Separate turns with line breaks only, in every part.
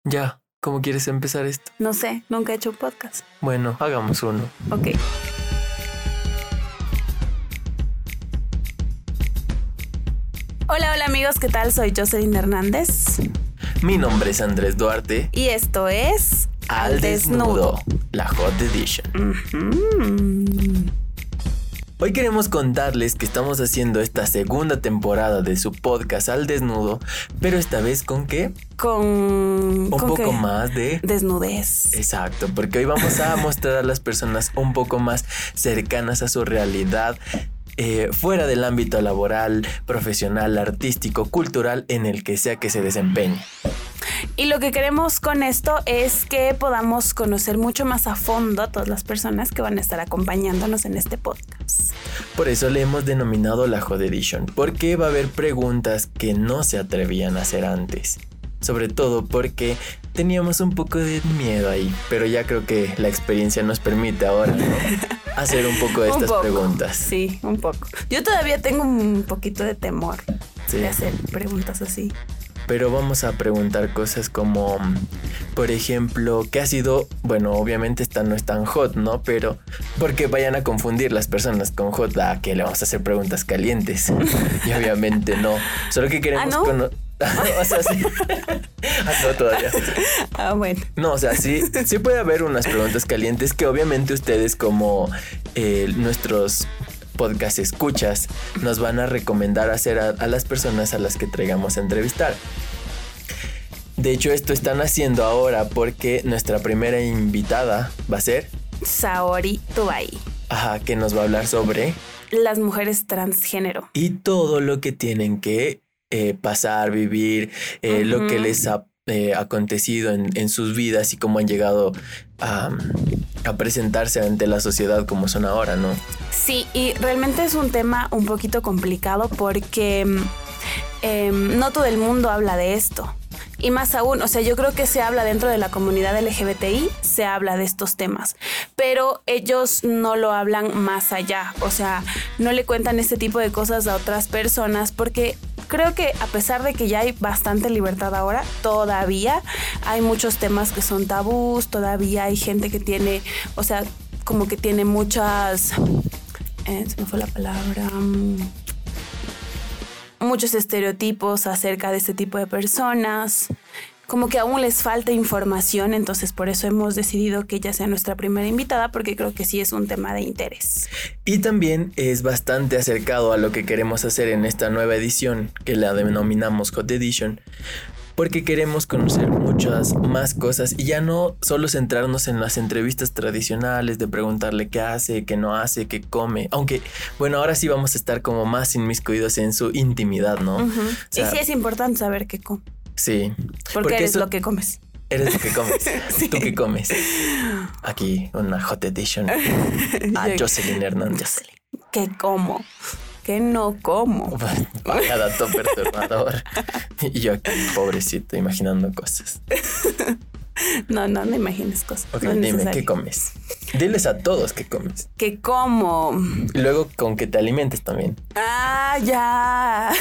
Ya, ¿cómo quieres empezar esto?
No sé, nunca he hecho un podcast.
Bueno, hagamos uno.
Ok. Hola amigos, ¿qué tal? Soy Jocelyn Hernández.
Mi nombre es Andrés Duarte.
Y esto es
Al Desnudo, la Hot Edition. Hoy queremos contarles que estamos haciendo esta segunda temporada de su podcast Al Desnudo, pero esta vez ¿con qué? Un poco más de
desnudez.
Exacto, porque hoy vamos a mostrar a las personas un poco más cercanas a su realidad, fuera del ámbito laboral, profesional, artístico, cultural, en el que sea que se desempeñe.
Y lo que queremos con esto es que podamos conocer mucho más a fondo a todas las personas que van a estar acompañándonos en este podcast.
Por eso le hemos denominado la Hot Edition, porque va a haber preguntas que no se atrevían a hacer antes. Sobre todo porque teníamos un poco de miedo ahí, pero ya creo que la experiencia nos permite ahora, ¿no? Hacer un poco de estas preguntas.
Sí, un poco. Yo todavía tengo un poquito de temor de hacer preguntas así.
Pero vamos a preguntar cosas como, por ejemplo, ¿qué ha sido? Bueno, obviamente esta no es tan hot, ¿no? Pero porque vayan a confundir las personas con hot, que le vamos a hacer preguntas calientes. Y obviamente no. Solo que queremos
¿no?
O sea, sí. No, todavía.
Bueno.
No, o sea, sí puede haber unas preguntas calientes que obviamente ustedes como nuestros podcast escuchas nos van a recomendar hacer a las personas a las que traigamos a entrevistar. De hecho, esto están haciendo ahora porque nuestra primera invitada va a ser
Saori Tubai.
Ajá, que nos va a hablar sobre
las mujeres transgénero
y todo lo que tienen que pasar, vivir, lo que les ha acontecido en sus vidas y cómo han llegado a presentarse ante la sociedad como son ahora, ¿no?
Sí, y realmente es un tema un poquito complicado porque no todo el mundo habla de esto. Y más aún, o sea, yo creo que se habla dentro de la comunidad LGBTI, se habla de estos temas, pero ellos no lo hablan más allá, o sea, no le cuentan este tipo de cosas a otras personas porque creo que a pesar de que ya hay bastante libertad ahora, todavía hay muchos temas que son tabús, todavía hay gente que tiene, o sea, como que tiene muchas, se me fue la palabra, muchos estereotipos acerca de este tipo de personas, como que aún les falta información, entonces por eso hemos decidido que ella sea nuestra primera invitada, porque creo que sí es un tema de interés.
Y también es bastante acercado a lo que queremos hacer en esta nueva edición, que la denominamos Hot Edition, porque queremos conocer muchas más cosas y ya no solo centrarnos en las entrevistas tradicionales de preguntarle qué hace, qué no hace, qué come. Aunque, bueno, ahora sí vamos a estar como más inmiscuidos en su intimidad, ¿no?
Uh-huh.
O sea,
y sí es importante saber qué come.
Sí.
Porque eres lo que comes.
Eres lo que comes. Sí. ¿Tú qué comes? Aquí una Hot Edition a Jocelyn Hernández.
¿Qué como? Que no como.
Vaya dato perturbador. Y yo aquí, pobrecito, imaginando cosas.
No imagines cosas.
Ok,
no
dime, ¿qué comes? Diles a todos qué comes.
¿Qué como?
Y luego con que te alimentes también.
Ya.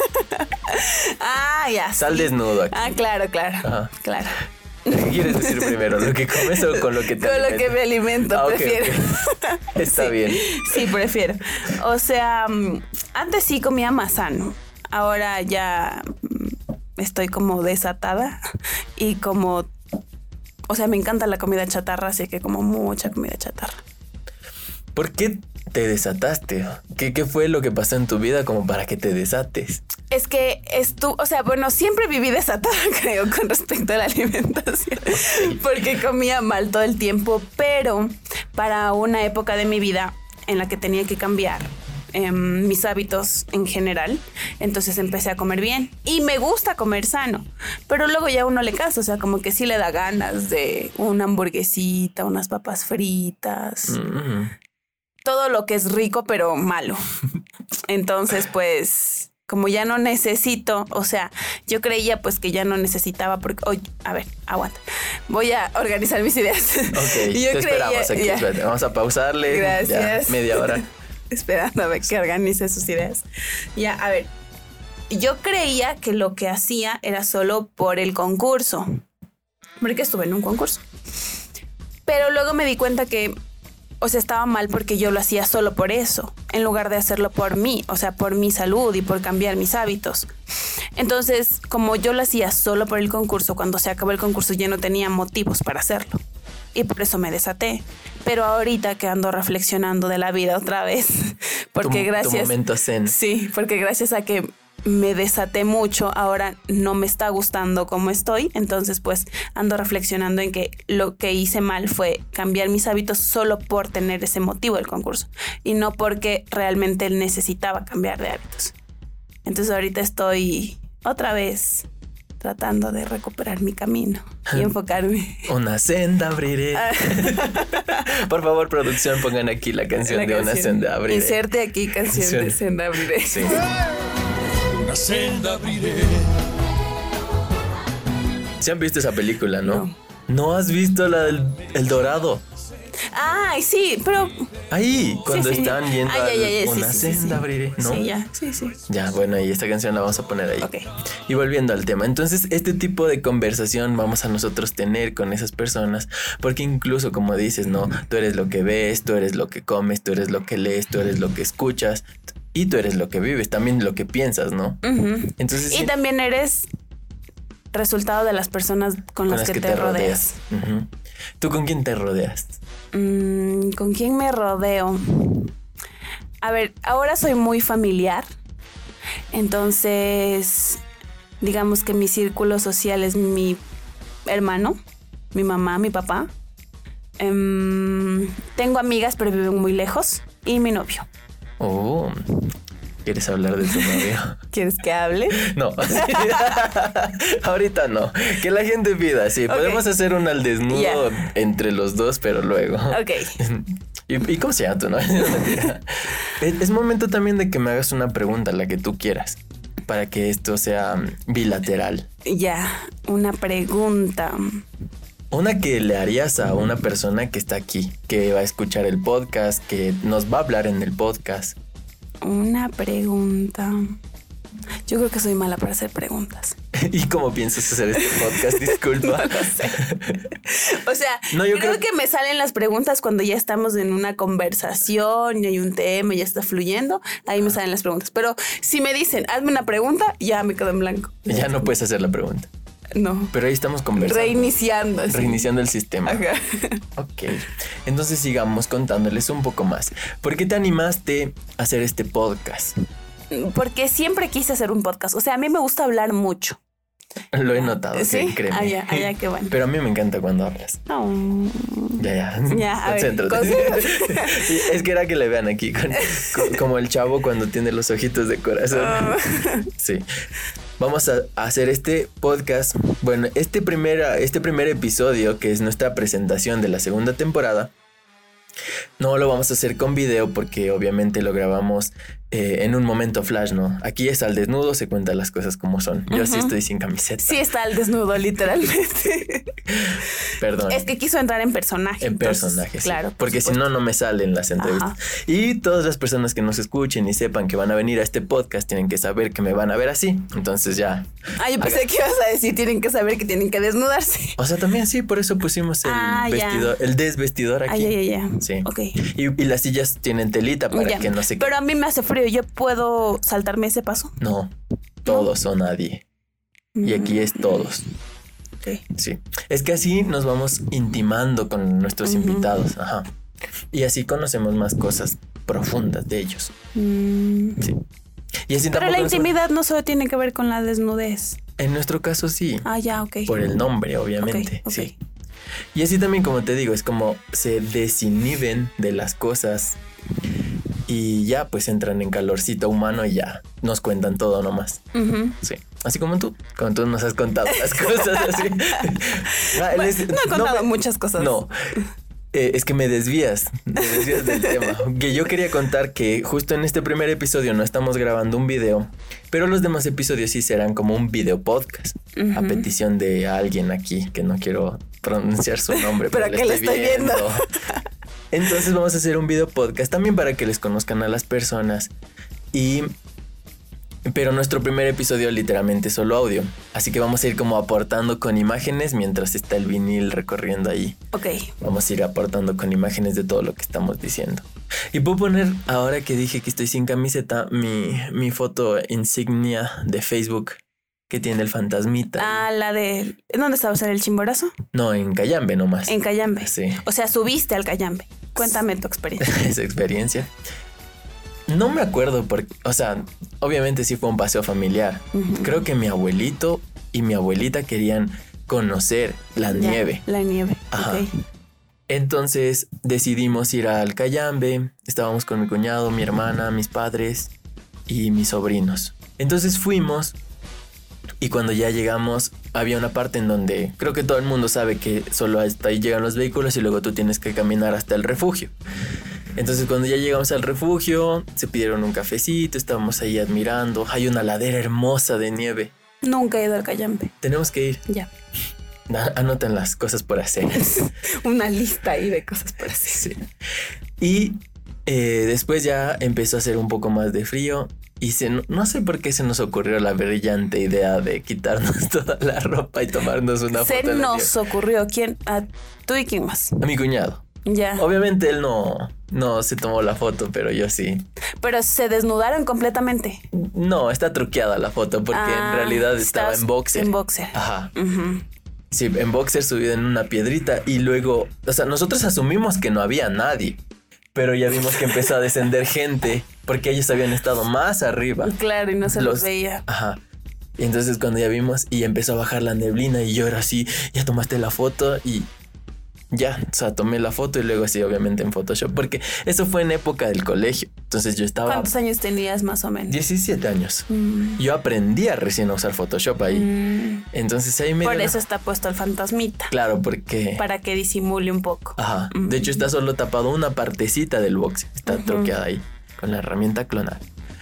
Ya.
Sal desnudo aquí.
Claro.
Ajá.
Claro.
¿Qué quieres decir primero? ¿Lo que comes o con lo que te alimentas?
Con lo que me alimento, prefiero.
Okay. Está bien.
Sí, prefiero. O sea, antes sí comía más sano. Ahora ya estoy como desatada y como... O sea, me encanta la comida chatarra, así que como mucha comida chatarra.
¿Por qué te desataste? ¿Qué fue lo que pasó en tu vida como para que te desates?
Es que siempre viví desatada, creo, con respecto a la alimentación. Okay. Porque comía mal todo el tiempo, pero para una época de mi vida en la que tenía que cambiar mis hábitos en general, entonces empecé a comer bien y me gusta comer sano, pero luego ya uno le cansa, o sea, como que sí le da ganas de una hamburguesita, unas papas fritas, todo lo que es rico pero malo. Entonces pues como ya no necesito, o sea, yo creía pues que ya no necesitaba porque, a ver, aguanta, voy a organizar mis ideas.
Ok, te esperamos aquí, espérate, vamos a pausarle.
Gracias.
Ya, media hora.
Esperando a ver que organice sus ideas. Ya, a ver, yo creía que lo que hacía era solo por el concurso. porque estuve en un concurso. Pero luego me di cuenta que, o sea, estaba mal porque yo lo hacía solo por eso, en lugar de hacerlo por mí, o sea, por mi salud y por cambiar mis hábitos. Entonces, como yo lo hacía solo por el concurso, cuando se acabó el concurso ya no tenía motivos para hacerlo. Y por eso me desaté. Pero ahorita que ando reflexionando de la vida otra vez, porque
tu momento zen.
Sí, porque gracias a que me desaté mucho, ahora no me está gustando como estoy. Entonces, pues, ando reflexionando en que lo que hice mal fue cambiar mis hábitos solo por tener ese motivo del concurso y no porque realmente necesitaba cambiar de hábitos. Entonces, ahorita estoy otra vez tratando de recuperar mi camino y enfocarme.
Una senda abriré. Por favor, producción, pongan aquí la canción de Una senda abriré.
Inserte aquí canción de senda abriré.
Sí.
Una senda abriré.
¿Se han visto esa película, no? ¿No has visto la del El Dorado?
Ay, sí, pero...
Ahí, cuando están yendo
Una
senda abriré, ¿no?
Sí, ya, sí.
Ya, bueno, y esta canción la vamos a poner ahí.
Ok.
Y volviendo al tema, entonces este tipo de conversación vamos a nosotros tener con esas personas, porque incluso como dices, ¿no? Tú eres lo que ves, tú eres lo que comes, tú eres lo que lees, tú eres lo que escuchas y tú eres lo que vives, también lo que piensas, ¿no? Entonces,
y también eres resultado de las personas con las que te rodeas.
¿Tú con quién te rodeas?
¿Con quién me rodeo? A ver, ahora soy muy familiar. Entonces, digamos que mi círculo social es mi hermano, mi mamá, mi papá. Tengo amigas, pero viven muy lejos. Y mi novio.
Oh, ¿quieres hablar de tu novio?
¿Quieres que hable?
No. Ahorita no. Que la gente pida, sí. Okay. Podemos hacer un al desnudo entre los dos, pero luego.
Ok.
¿Y cómo se llama tu novio? Es momento también de que me hagas una pregunta, la que tú quieras, para que esto sea bilateral.
Ya, una pregunta.
Una que le harías a una persona que está aquí, que va a escuchar el podcast, que nos va a hablar en el podcast.
Una pregunta. Yo creo que soy mala para hacer preguntas.
¿Y cómo piensas hacer este podcast? Disculpa.
No lo sé. O sea, yo creo que me salen las preguntas cuando ya estamos en una conversación y hay un tema y ya está fluyendo. Ahí me salen las preguntas. Pero si me dicen, hazme una pregunta, ya me quedo en blanco.
Ya no puedes hacer la pregunta.
No.
Pero ahí estamos conversando.
Reiniciando. Sí.
Reiniciando el sistema.
Ajá.
Ok. Entonces sigamos contándoles un poco más. ¿Por qué te animaste a hacer este podcast?
Porque siempre quise hacer un podcast. O sea, a mí me gusta hablar mucho.
Lo he notado,
¿sí?
Créeme.
Allá, qué bueno.
Pero a mí me encanta cuando hablas.
Oh.
Ya.
Concéntrate.
Sí, es que era que le vean aquí como el chavo cuando tiene los ojitos de corazón.
Oh.
Sí. Vamos a hacer este podcast. Bueno, este primer episodio, que es nuestra presentación de la segunda temporada, no lo vamos a hacer con video porque obviamente lo grabamos en un momento flash, ¿no? Aquí es al desnudo, se cuentan las cosas como son. Yo sí estoy sin camiseta.
Sí está al desnudo, literalmente.
Perdón.
Es que quiso entrar en personaje.
En personaje, sí.
Claro.
Porque si no, no me salen las entrevistas. Ajá. Y todas las personas que nos escuchen y sepan que van a venir a este podcast tienen que saber que me van a ver así. Entonces ya.
Yo pensé que ibas a decir tienen que saber que tienen que desnudarse.
O sea, también sí, por eso pusimos el desvestidor aquí.
Ya.
Sí.
Ok.
Y las sillas tienen telita para que no se...
Pero a mí me hace frío. ¿Yo puedo saltarme ese paso?
No. Todos o nadie. Y aquí es todos.
Okay.
Sí. Es que así nos vamos intimando con nuestros invitados. Ajá. Y así conocemos más cosas profundas de ellos. Sí. Y así
pero la intimidad no solo tiene que ver con la desnudez.
En nuestro caso sí.
Ya, ok.
Por el nombre, obviamente.
Okay.
Sí. Y así también, como te digo, es como se desinhiben de las cosas y ya pues entran en calorcito humano y ya nos cuentan todo nomás. Sí. Así como tú nos has contado las cosas así.
No he contado muchas cosas.
No. Es que me desvías del tema. Que yo quería contar que justo en este primer episodio no estamos grabando un video, pero los demás episodios sí serán como un video podcast. A petición de alguien aquí, que no quiero pronunciar su nombre,
pero que le estoy viendo.
Entonces vamos a hacer un video podcast también para que les conozcan a las personas y Pero nuestro primer episodio literalmente es solo audio. Así que vamos a ir como aportando con imágenes mientras está el vinil recorriendo ahí.
Ok.
Vamos a ir aportando con imágenes de todo lo que estamos diciendo. Y puedo poner, ahora que dije que estoy sin camiseta, mi foto insignia de Facebook que tiene el fantasmita.
Ah, la de... ¿Dónde estabas? ¿En el Chimborazo?
No, en Cayambe nomás.
En Cayambe.
Sí.
O sea, subiste al Cayambe. Cuéntame tu experiencia.
Esa experiencia. No me acuerdo porque, o sea, obviamente sí fue un paseo familiar. Creo que mi abuelito y mi abuelita querían conocer la nieve.
La nieve.
Ajá.
Ok.
Entonces decidimos ir al Cayambe. Estábamos con mi cuñado, mi hermana, mis padres y mis sobrinos. Entonces fuimos y cuando ya llegamos había una parte en donde creo que todo el mundo sabe que solo hasta ahí llegan los vehículos y luego tú tienes que caminar hasta el refugio. Entonces cuando ya llegamos al refugio se pidieron un cafecito, estábamos ahí admirando. Hay una ladera hermosa de nieve.
Nunca he ido al Cayambe.
Tenemos que ir.
Ya.
Anoten las cosas por hacer.
Una lista ahí de cosas por hacer.
Sí. Y después ya empezó a hacer un poco más de frío y no sé por qué se nos ocurrió la brillante idea de quitarnos toda la ropa y tomarnos una foto.
Se nos ocurrió. ¿Quién? ¿Tú y quién más?
A mi cuñado.
Ya.
Obviamente él no se tomó la foto, pero yo sí.
Pero se desnudaron completamente.
No, está truqueada la foto porque en realidad estaba en boxer.
En boxer.
Ajá. Sí, en boxer subido en una piedrita y luego, o sea, nosotros asumimos que no había nadie, pero ya vimos que empezó a descender gente porque ellos habían estado más arriba.
Claro, y no se los veía.
Ajá. Y entonces cuando ya vimos y empezó a bajar la neblina y yo era así, ya tomaste la foto y ya, o sea, tomé la foto y luego así obviamente en Photoshop porque eso fue en época del colegio. Entonces yo estaba...
¿Cuántos años tenías más o menos?
17 años. Yo aprendía recién a usar Photoshop ahí. Entonces ahí me...
Por eso está puesto el fantasmita.
Claro, porque...
Para que disimule un poco.
Ajá. De hecho está solo tapado una partecita del box. Está truqueada ahí con la herramienta clonar.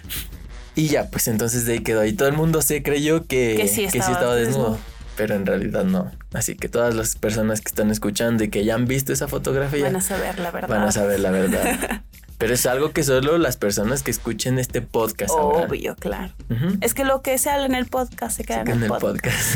Y ya, pues entonces de ahí quedó. Y todo el mundo se creyó que sí estaba desnudo. Pero en realidad no. Así que todas las personas que están escuchando y que ya han visto esa fotografía
van a saber la verdad.
Van a saber la verdad. Pero es algo que solo las personas que escuchen este podcast sabrán.
Obvio, claro. Es que lo que se habla en el podcast se queda en el podcast.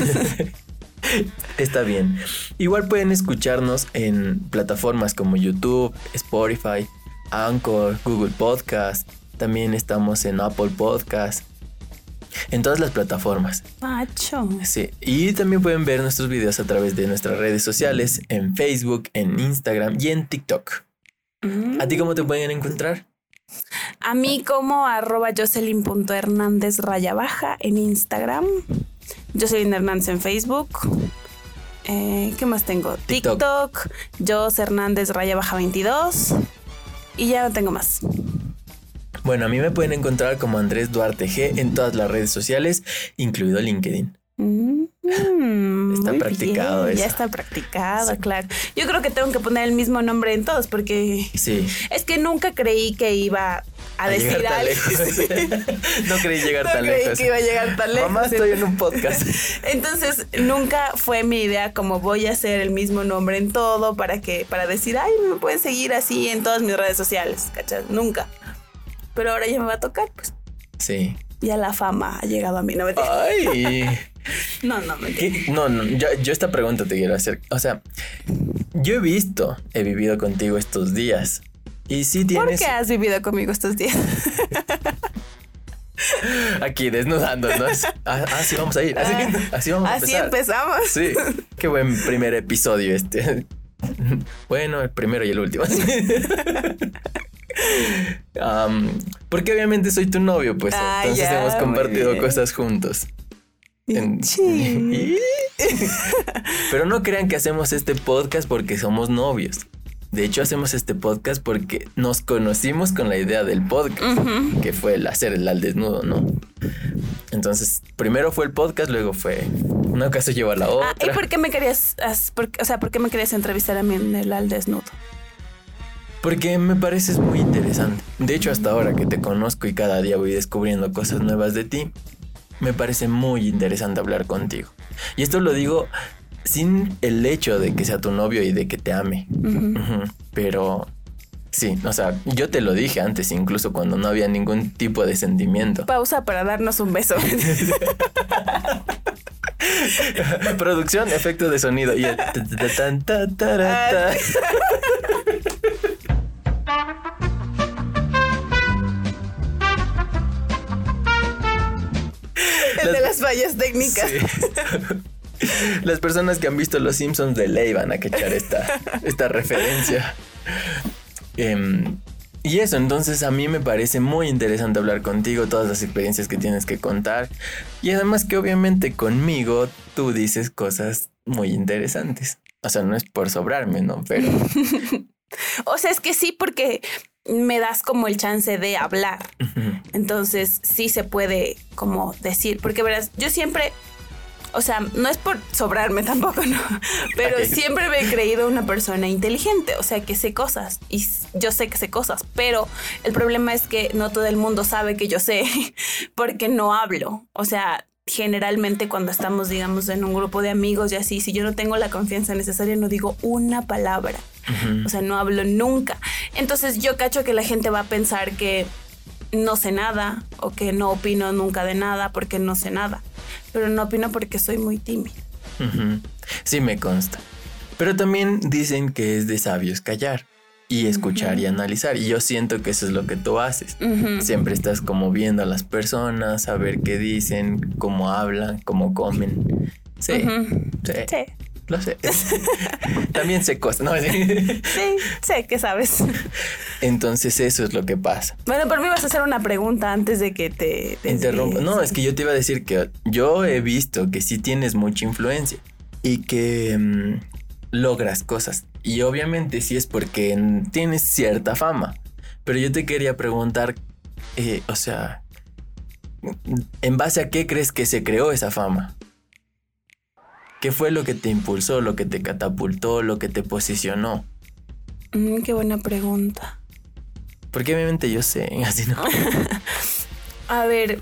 Está bien. Igual pueden escucharnos en plataformas como YouTube, Spotify, Anchor, Google Podcast. También estamos en Apple Podcast. En todas las plataformas.
Macho.
Sí. Y también pueden ver nuestros videos a través de nuestras redes sociales, en Facebook, en Instagram y en TikTok. ¿A ti cómo te pueden encontrar?
A mí como @jocelyn.hernandez _ en Instagram. Jocelyn Hernández en Facebook. ¿Qué más tengo? TikTok. Jos Hernández _ 22. Y ya no tengo más.
Bueno, a mí me pueden encontrar como Andrés Duarte G en todas las redes sociales, incluido LinkedIn. Está practicado
bien,
eso.
Ya está practicado, sí. Claro. Yo creo que tengo que poner el mismo nombre en todos porque
sí.
Es que nunca creí que iba a decir algo.
No creí llegar tan lejos.
No creí que iba a llegar tan lejos.
Mamá, estoy en un podcast.
Entonces, nunca fue mi idea como voy a hacer el mismo nombre en todo para decir, ay, me pueden seguir así en todas mis redes sociales, ¿cachai? Nunca. Pero ahora ya me va a tocar, pues.
Sí.
Ya la fama ha llegado a mí, ¿no?
Ay.
No,
yo esta pregunta te quiero hacer. O sea, yo he vivido contigo estos días. Y sí tienes...
¿Por qué has vivido conmigo estos días?
Aquí desnudándonos. Sí, vamos a ir. Así vamos a empezar.
Así empezamos.
Sí. Qué buen primer episodio este. Bueno, el primero y el último. Porque obviamente soy tu novio, pues. Entonces ya, hemos compartido cosas juntos. Pero no crean que hacemos este podcast porque somos novios. De hecho, hacemos este podcast porque nos conocimos con la idea del podcast, que fue el hacer el al desnudo, ¿no? Entonces, primero fue el podcast, luego fue una cosa llevó a la otra.
¿Y por qué me querías, por qué me querías entrevistar a mí en el al desnudo?
Porque me pareces muy interesante. De hecho, hasta ahora que te conozco y cada día voy descubriendo cosas nuevas de ti, me parece muy interesante hablar contigo. Y esto lo digo sin el hecho de que sea tu novio y de que te ame. Pero Sí, o sea, yo te lo dije antes, incluso cuando no había ningún tipo de sentimiento.
Pausa para darnos un beso.
Producción, efecto de sonido. Y el
El de las fallas técnicas.
Sí. Las personas que han visto Los Simpsons de ley van a cachar esta referencia. Y eso, entonces a mí me parece muy interesante hablar contigo, todas las experiencias que tienes que contar. Y además que obviamente conmigo tú dices cosas muy interesantes. O sea, no es por sobrarme, ¿no? Pero...
O sea, es que sí, porque me das como el chance de hablar. Entonces sí se puede como decir, porque verás, yo siempre... O sea, no es por sobrarme tampoco, ¿no? Pero siempre me he creído una persona inteligente, o sea, que sé cosas. Y yo sé que sé cosas, pero el problema es que no todo el mundo sabe que yo sé porque no hablo. O sea, generalmente cuando estamos, digamos, en un grupo de amigos y así, si yo no tengo la confianza necesaria, no digo una palabra. O sea, no hablo nunca. Entonces yo cacho que la gente va a pensar que no sé nada o que no opino nunca de nada porque no sé nada. Pero no opino porque soy muy tímida.
Sí, me consta. Pero también dicen que es de sabios callar y escuchar y analizar. Y yo siento que eso es lo que tú haces. Siempre estás como viendo a las personas, a ver qué dicen, cómo hablan, cómo comen. Sí. Lo sé. También sé cosas, ¿no?
Sí, sé que sabes.
Entonces eso es lo que pasa.
Bueno, por mí vas a hacer una pregunta antes de que te
interrumpa. No, es que yo te iba a decir que yo he visto que sí tienes mucha influencia y que logras cosas. Y obviamente sí es porque tienes cierta fama. Pero yo te quería preguntar, o sea, ¿en base a qué crees que se creó esa fama? ¿Qué fue lo que te impulsó, lo que te catapultó, lo que te posicionó?
Qué buena pregunta.
Porque obviamente yo sé, así no.
A ver,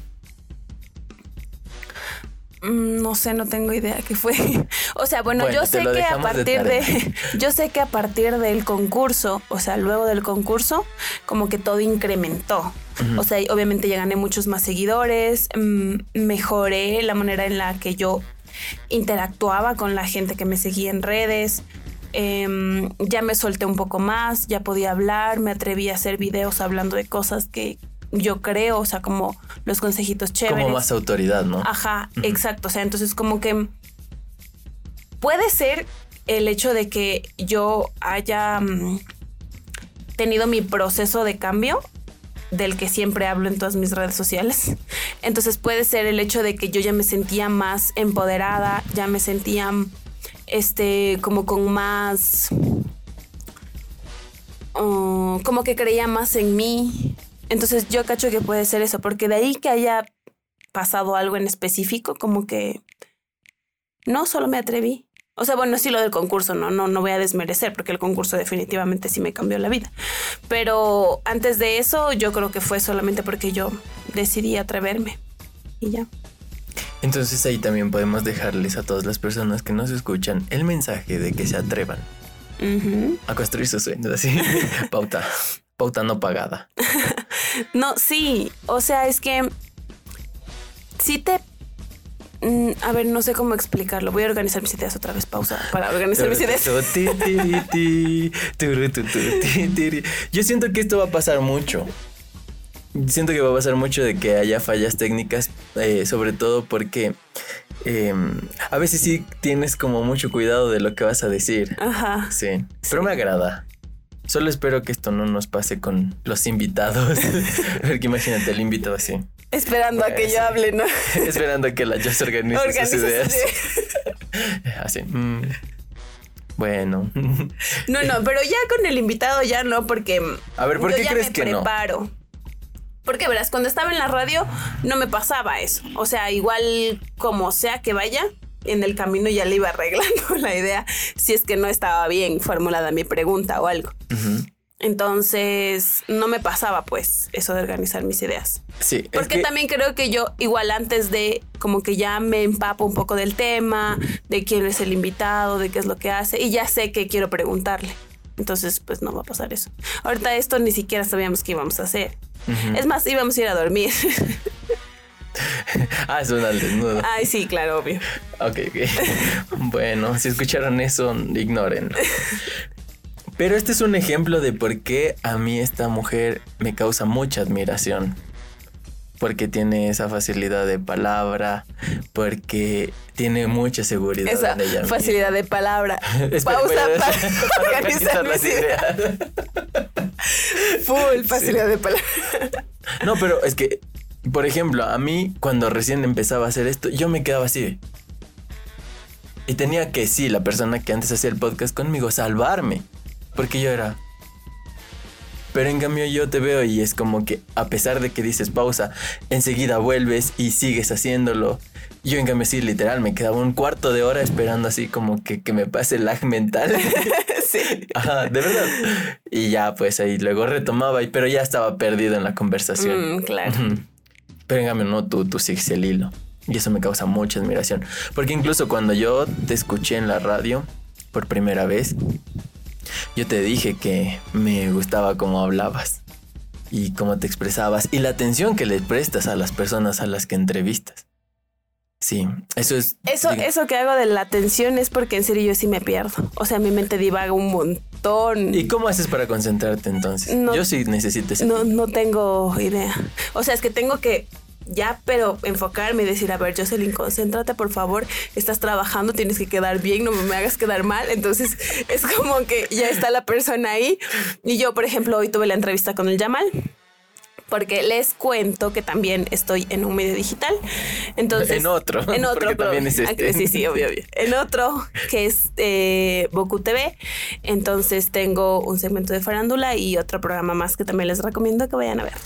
no sé, no tengo idea qué fue. O sea, bueno, yo sé que a partir del concurso, o sea, luego del concurso, como que todo incrementó. O sea, obviamente ya gané muchos más seguidores, mejoré la manera en la que yo interactuaba con la gente que me seguía en redes. Ya me solté un poco más, ya podía hablar, me atreví a hacer videos hablando de cosas que yo creo, o sea, como los consejitos chéveres.
Como más autoridad, ¿no?
Ajá, exacto. O sea, entonces como que puede ser el hecho de que yo haya tenido mi proceso de cambio, del que siempre hablo en todas mis redes sociales. Entonces puede ser el hecho de que yo ya me sentía más empoderada, ya me sentía como con más... como que creía más en mí. Entonces yo cacho que puede ser eso, porque de ahí que haya pasado algo en específico, como que no, solo me atreví. O sea, bueno, sí, lo del concurso, no voy a desmerecer, porque el concurso definitivamente sí me cambió la vida. Pero antes de eso, yo creo que fue solamente porque yo decidí atreverme y ya.
Entonces ahí también podemos dejarles a todas las personas que nos escuchan el mensaje de que se atrevan a construir sus sueños, así. Pauta no pagada.
No, sí, o sea, es que sí te... a ver, no sé cómo explicarlo. Voy a organizar mis ideas otra vez. Pausa para organizar mis ideas.
Yo siento que esto va a pasar mucho. Siento que va a pasar mucho de que haya fallas técnicas, sobre todo porque a veces sí tienes como mucho cuidado de lo que vas a decir.
Ajá.
Sí, pero me agrada. Solo espero que esto no nos pase con los invitados. Porque imagínate el invitado así.
Esperando a que yo hable, ¿no?
Esperando a que la Joss organice sus ideas. Así. Bueno.
No, pero ya con el invitado ya no, porque...
A ver, ¿por qué crees que no?
Yo ya me preparo. Porque verás, cuando estaba en la radio no me pasaba eso. O sea, igual como sea que vaya, en el camino ya le iba arreglando la idea si es que no estaba bien formulada mi pregunta o algo. Entonces no me pasaba pues eso de organizar mis ideas.
Sí.
Porque también creo que yo igual antes de como que ya me empapo un poco del tema, de quién es el invitado, de qué es lo que hace y ya sé que quiero preguntarle. Entonces, pues no va a pasar eso. Ahorita esto ni siquiera sabíamos qué íbamos a hacer. Es más, íbamos a ir a dormir.
Es una desnudo.
Ay, sí, claro, obvio.
Ok. Bueno, si escucharon eso, ignórenlo. Pero este es un ejemplo de por qué a mí esta mujer me causa mucha admiración. Porque tiene esa facilidad de palabra, porque tiene mucha seguridad
esa
en ella misma.
facilidad de palabra. Pausa para organizar mis ideas. Full facilidad de palabra.
No, pero es que, por ejemplo, a mí cuando recién empezaba a hacer esto, yo me quedaba así. Y tenía que, sí, la persona que antes hacía el podcast conmigo, salvarme. Porque yo era... Pero en cambio yo te veo y es como que a pesar de que dices pausa, enseguida vuelves y sigues haciéndolo. Yo en cambio sí, literal, me quedaba un cuarto de hora esperando así como que me pase el lag mental.
Sí.
Ajá, de verdad. Y ya pues ahí luego retomaba, pero ya estaba perdido en la conversación.
Claro.
Pero en cambio no, tú sigues el hilo. Y eso me causa mucha admiración. Porque incluso cuando yo te escuché en la radio por primera vez, yo te dije que me gustaba cómo hablabas y cómo te expresabas y la atención que le prestas a las personas a las que entrevistas. Sí, eso es...
Eso que hago de la atención es porque en serio yo sí me pierdo. O sea, mi mente divaga un montón.
¿Y cómo haces para concentrarte entonces?
No,
yo sí necesito ese
no tengo idea. O sea, es que tengo que... pero enfocarme y decir, a ver, Jocelyn, concéntrate, por favor, estás trabajando, tienes que quedar bien, no me hagas quedar mal. Entonces es como que ya está la persona ahí. Y yo, por ejemplo, hoy tuve la entrevista con el Yamal, porque les cuento que también estoy en un medio digital. Entonces, en otro,
porque también es este.
Sí, obvio. En otro, que es Boku TV. Entonces tengo un segmento de farándula y otro programa más que también les recomiendo que vayan a ver.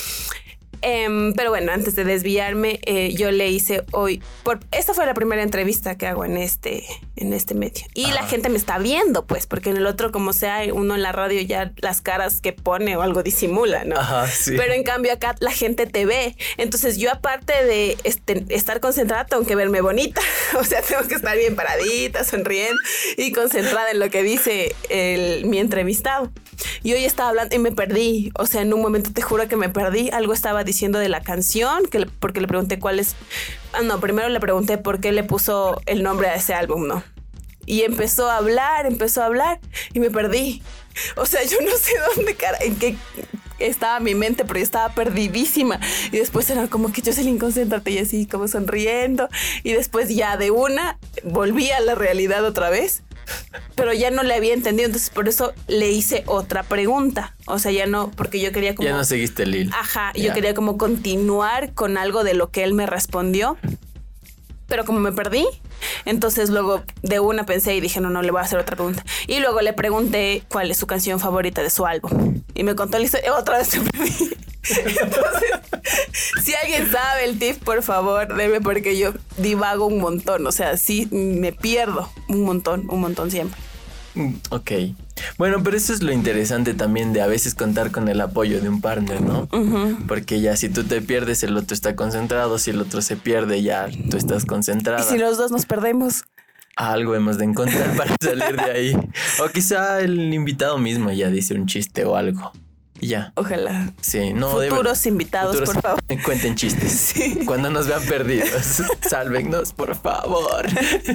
Pero bueno, antes de desviarme, yo le hice hoy... Esta fue la primera entrevista que hago en este medio. Y la gente me está viendo, pues, porque en el otro, como sea, uno en la radio ya las caras que pone o algo disimula, ¿no?
Ajá, sí.
Pero en cambio acá la gente te ve. Entonces yo, aparte de estar concentrada, tengo que verme bonita. O sea, tengo que estar bien paradita, sonriendo y concentrada en lo que dice mi entrevistado. Y hoy estaba hablando y me perdí. O sea, en un momento te juro que me perdí. Algo estaba diciendo de la canción, porque le pregunté cuál es... primero le pregunté por qué le puso el nombre a ese álbum, ¿no? Y empezó a hablar y me perdí. O sea, yo no sé en qué estaba mi mente, pero yo estaba perdidísima. Y después era como que Jocelyn, concéntrate, y así como sonriendo. Y después ya de una volví a la realidad otra vez. Pero ya no le había entendido, entonces por eso le hice otra pregunta. O sea, ya no, porque yo quería como...
Ya no seguiste el hilo.
Ajá, yo quería como continuar con algo de lo que él me respondió. Pero como me perdí, entonces luego de una pensé y dije, no, le voy a hacer otra pregunta. Y luego le pregunté cuál es su canción favorita de su álbum. Y me contó la historia, otra vez me perdí. Entonces, si alguien sabe el tip, por favor, deme, porque yo divago un montón. O sea, sí me pierdo un montón siempre.
Ok. Bueno, pero eso es lo interesante también de a veces contar con el apoyo de un partner, ¿no? Uh-huh. Porque ya si tú te pierdes, el otro está concentrado. Si el otro se pierde, ya tú estás concentrada.
¿Y si los dos nos perdemos?
Algo hemos de encontrar para salir de ahí. O quizá el invitado mismo ya dice un chiste o algo. Ya.
Ojalá.
Sí, no.
Futuros invitados, por favor.
Cuenten chistes. Sí. Cuando nos vean perdidos. Sálvennos, por favor.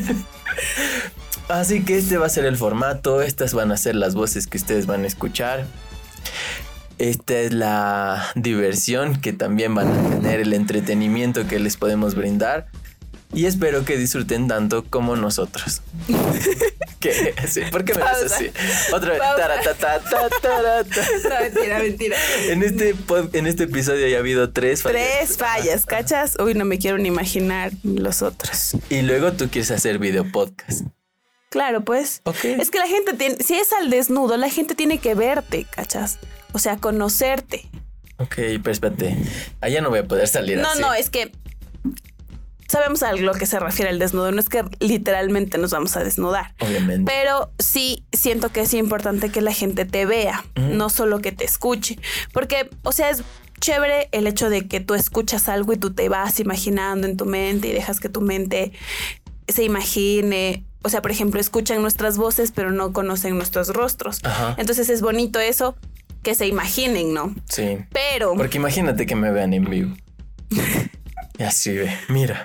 Así que este va a ser el formato. Estas van a ser las voces que ustedes van a escuchar. Esta es la diversión que también van a tener, el entretenimiento que les podemos brindar. Y espero que disfruten tanto como nosotros. ¿Qué? Sí, ¿por qué me ves así? Otra vez.
No, mentira.
En este episodio ya ha habido 3 fallas.
3 fallas, ¿cachas? Uy, no me quiero ni imaginar los otros.
Y luego tú quieres hacer video podcast.
Claro, pues. Okay. Es que la gente tiene... Si es al desnudo, la gente tiene que verte, ¿cachas? O sea, conocerte.
Ok, pero espérate. Allá no voy a poder salir así.
No, es que... Sabemos a lo que se refiere el desnudo. No es que literalmente nos vamos a desnudar.
Obviamente.
Pero sí siento que es importante que la gente te vea, no solo que te escuche. Porque, o sea, es chévere el hecho de que tú escuchas algo y tú te vas imaginando en tu mente y dejas que tu mente se imagine o sea, por ejemplo, escuchan nuestras voces, pero no conocen nuestros rostros.
Ajá.
Entonces es bonito eso, que se imaginen, ¿no?
Sí.
Pero...
Porque imagínate que me vean en vivo. Y así ve, mira.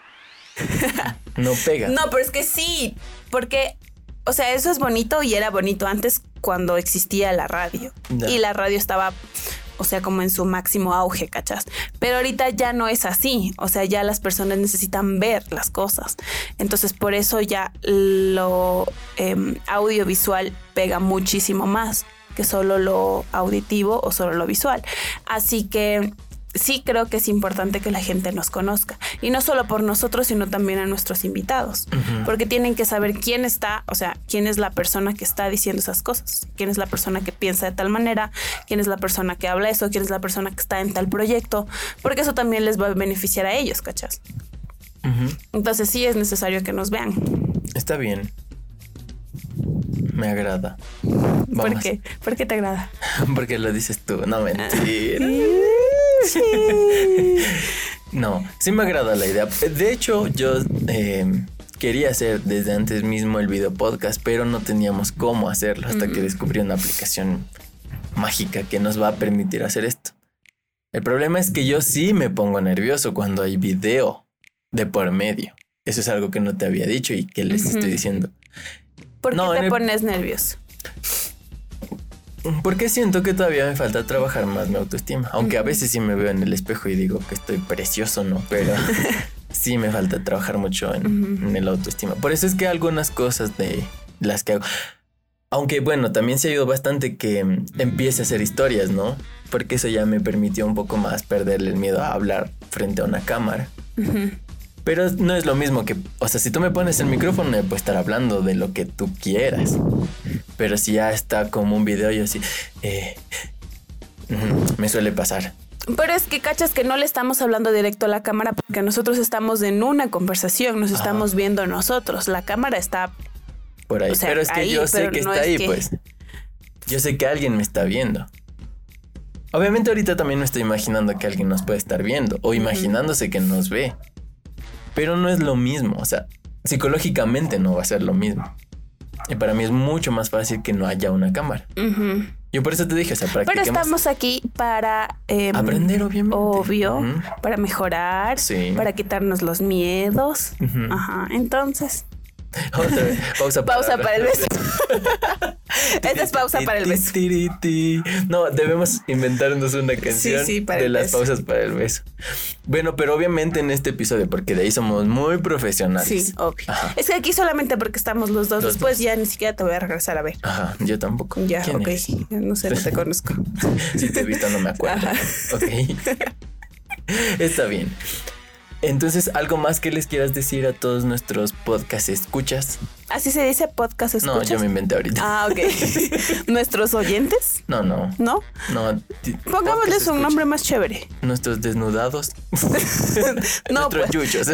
No pega.
No, pero es que sí, porque, o sea, eso es bonito y era bonito antes cuando existía la radio.
Ya.
Y la radio estaba, o sea, como en su máximo auge, ¿cachas? Pero ahorita ya no es así. O sea, ya las personas necesitan ver las cosas. Entonces, por eso ya lo audiovisual pega muchísimo más que solo lo auditivo o solo lo visual. Así que sí creo que es importante que la gente nos conozca. Y no solo por nosotros, sino también a nuestros invitados.
Ujú.
Porque tienen que saber quién está, o sea, quién es la persona que está diciendo esas cosas. Quién es la persona que piensa de tal manera. Quién es la persona que habla eso. Quién es la persona que está en tal proyecto. Porque eso también les va a beneficiar a ellos, ¿cachas?
Ujú.
Entonces sí es necesario que nos vean.
Está bien. Me agrada.
¿Por
Vamos.
qué? ¿Por qué te agrada?
Porque lo dices tú. No, mentira.
Sí.
No, sí me agrada la idea. De hecho, yo quería hacer desde antes mismo el video podcast, pero no teníamos cómo hacerlo hasta que descubrí una aplicación mágica que nos va a permitir hacer esto. El problema es que yo sí me pongo nervioso cuando hay video de por medio. Eso es algo que no te había dicho y que les estoy diciendo.
¿Por qué
No, en
te
el-
pones nervioso?
Porque siento que todavía me falta trabajar más mi autoestima. Aunque a veces sí me veo en el espejo y digo que estoy precioso, ¿no? Pero sí me falta trabajar mucho en el autoestima. Por eso es que algunas cosas de las que hago... Aunque bueno, también se ayudó bastante que empiece a hacer historias, ¿no? Porque eso ya me permitió un poco más perderle el miedo a hablar frente a una cámara. Pero no es lo mismo que... O sea, si tú me pones el micrófono, me puedo estar hablando de lo que tú quieras. Pero si ya está como un video, yo así... me suele pasar.
Pero es que cachas que no le estamos hablando directo a la cámara porque nosotros estamos en una conversación, nos estamos viendo nosotros. La cámara está...
Por ahí.
O sea,
pero es que
ahí,
yo sé
pero
que
no
está
es
ahí,
que-
pues. Yo sé que alguien me está viendo. Obviamente ahorita también me estoy imaginando que alguien nos puede estar viendo. O imaginándose que nos ve. Pero no es lo mismo. O sea, psicológicamente no va a ser lo mismo. Y para mí es mucho más fácil que no haya una cámara. Yo por eso te dije, o sea,
Pero
practiquemos.
estamos aquí para...
Aprender, obviamente.
Obvio,
Ujú.
para mejorar,
Sí.
para quitarnos los miedos.
Ujú.
Ajá, entonces...
Otra vez. Pausa
Pausa para el beso. Esta es pausa para el beso.
No, debemos inventarnos una canción
sí, para
de
el
las
beso.
pausas para el beso. Bueno, pero obviamente en este episodio, porque de ahí somos muy profesionales.
Sí, obvio.
Ajá.
Es que aquí solamente porque estamos los dos.
Los
Después
dos.
ya ni siquiera te voy a regresar a ver.
Ajá, yo tampoco.
Ya,
¿Quién
ok.
eres?
No sé, no te conozco.
Si te he visto no me acuerdo.
Ajá.
Ok. Está bien. Entonces, ¿algo más que les quieras decir a todos nuestros podcast escuchas?
¿Así se dice podcast
No,
escuchas?
yo me inventé ahorita.
Ah, ok. ¿Nuestros oyentes?
No.
¿No?
No.
Pongámosles
podcast
un nombre
escuchas.
más chévere.
Nuestros desnudados.
No,
Nuestros
pues.
yuchos.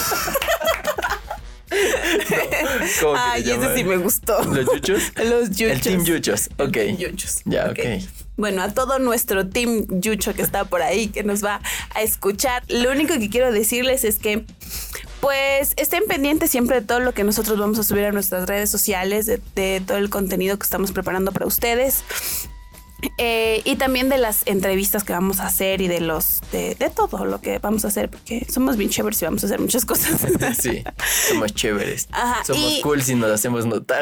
¿Cómo que
Ay,
se
ese sí
llaman?
me gustó.
¿Los yuchos?
Los yuchos.
El team yuchos. Ok.
Yuchos.
Ya,
Ok.
ok.
Bueno, a todo nuestro team yucho que está por ahí, que nos va a escuchar, lo único que quiero decirles es que pues estén pendientes siempre de todo lo que nosotros vamos a subir a nuestras redes sociales, de todo el contenido que estamos preparando para ustedes. Y también de las entrevistas que vamos a hacer y de todo lo que vamos a hacer, porque somos bien chéveres y vamos a hacer muchas cosas.
Sí, somos chéveres.
Ajá,
Somos
y-
cool si nos hacemos notar.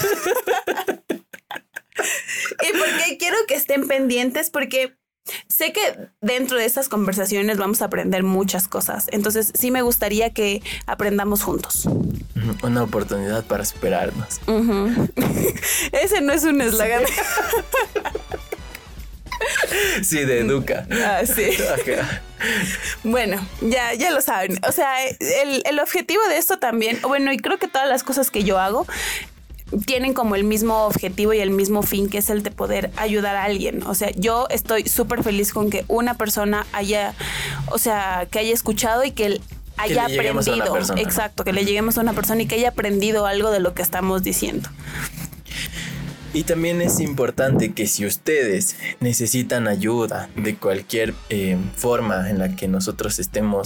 Y porque quiero que estén pendientes, porque sé que dentro de estas conversaciones vamos a aprender muchas cosas. Entonces sí me gustaría que aprendamos juntos.
Una oportunidad para superarnos.
Ese no es un eslogan.
Sí, de educa.
Ah, sí.
Ajá.
Bueno, ya lo saben. O sea, el objetivo de esto también, bueno, y creo que todas las cosas que yo hago tienen como el mismo objetivo y el mismo fin, que es el de poder ayudar a alguien. O sea, yo estoy súper feliz con que una persona haya, o sea, que haya escuchado y que haya
le lleguemos a una
aprendido.
persona.
Exacto, que le lleguemos a una persona y que haya aprendido algo de lo que estamos diciendo.
Y también es importante que si ustedes necesitan ayuda de cualquier forma en la que nosotros estemos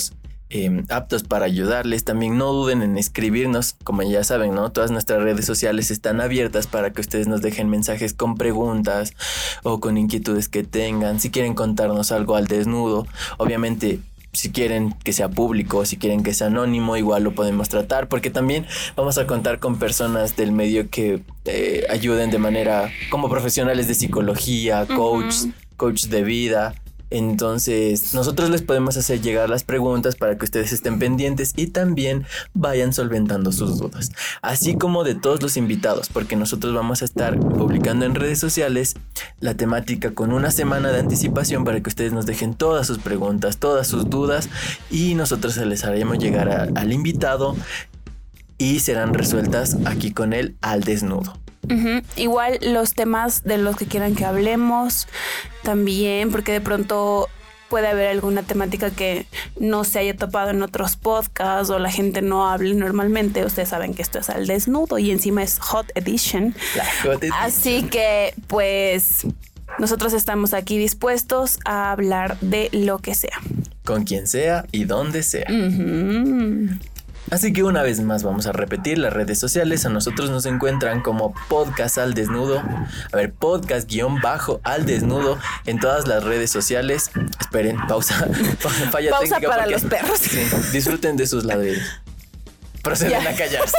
aptos para ayudarles. También no duden en escribirnos, como ya saben, ¿no? Todas nuestras redes sociales están abiertas para que ustedes nos dejen mensajes con preguntas o con inquietudes que tengan. Si quieren contarnos algo al desnudo, obviamente, si quieren que sea público, si quieren que sea anónimo, igual lo podemos tratar, porque también vamos a contar con personas del medio que ayuden de manera como profesionales de psicología, coach de vida. Entonces nosotros les podemos hacer llegar las preguntas para que ustedes estén pendientes y también vayan solventando sus dudas, así como de todos los invitados, porque nosotros vamos a estar publicando en redes sociales la temática con una semana de anticipación para que ustedes nos dejen todas sus preguntas, todas sus dudas, y nosotros se les haremos llegar al invitado y serán resueltas aquí con él al desnudo.
Igual los temas de los que quieran que hablemos también, porque de pronto puede haber alguna temática que no se haya topado en otros podcasts o la gente no hable normalmente. Ustedes saben que esto es al desnudo y encima es Hot Edition. Así que pues nosotros estamos aquí dispuestos a hablar de lo que sea.
Con quien sea y donde sea. Así que una vez más vamos a repetir las redes sociales. A nosotros nos encuentran como Podcast al Desnudo. A ver, podcast_al desnudo en todas las redes sociales. Esperen, pausa. Falla
pausa
técnica
para
porque,
los perros.
Sí, disfruten de sus ladridos. Proceden a callarse.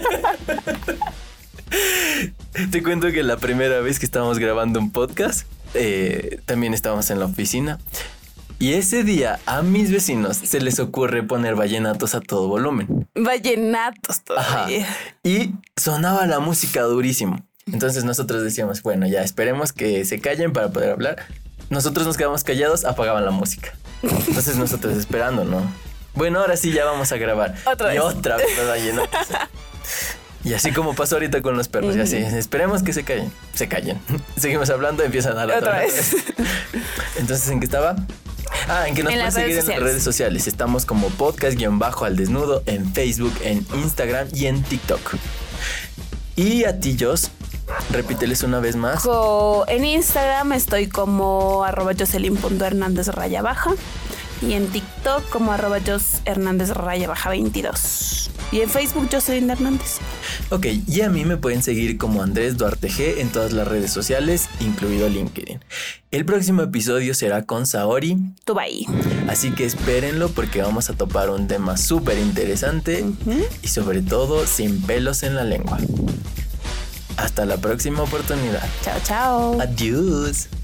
Te cuento que la primera vez que estábamos grabando un podcast, también estábamos en la oficina. Y ese día a mis vecinos se les ocurre poner vallenatos a todo volumen.
Vallenatos todavía.
Ajá. Y sonaba la música durísimo. Entonces nosotros decíamos, bueno, ya esperemos que se callen para poder hablar. Nosotros nos quedamos callados, apagaban la música. Entonces nosotros esperando, ¿no? Bueno, ahora sí ya vamos a grabar.
Otra vez
los vallenatos. Y así como pasó ahorita con los perros. Y así, esperemos que se callen. Se callen. Seguimos hablando, empiezan a dar
otra vez.
Entonces, ¿en qué estaba? En que nos pueden seguir en las redes sociales. Estamos como podcast_al desnudo en Facebook, en Instagram y en TikTok. Y a ti, Jos, repíteles una vez más.
En Instagram estoy como @jocelyn.hernandez_. Y en TikTok como @joshernandez_22. Y en Facebook Jocelyn Hernández.
Ok, y a mí me pueden seguir como Andrés Duarte G en todas las redes sociales, incluido LinkedIn. El próximo episodio será con Saori
Tubai.
Así que espérenlo porque vamos a topar un tema súper interesante y sobre todo sin pelos en la lengua. Hasta la próxima oportunidad.
Chao, chao.
Adiós.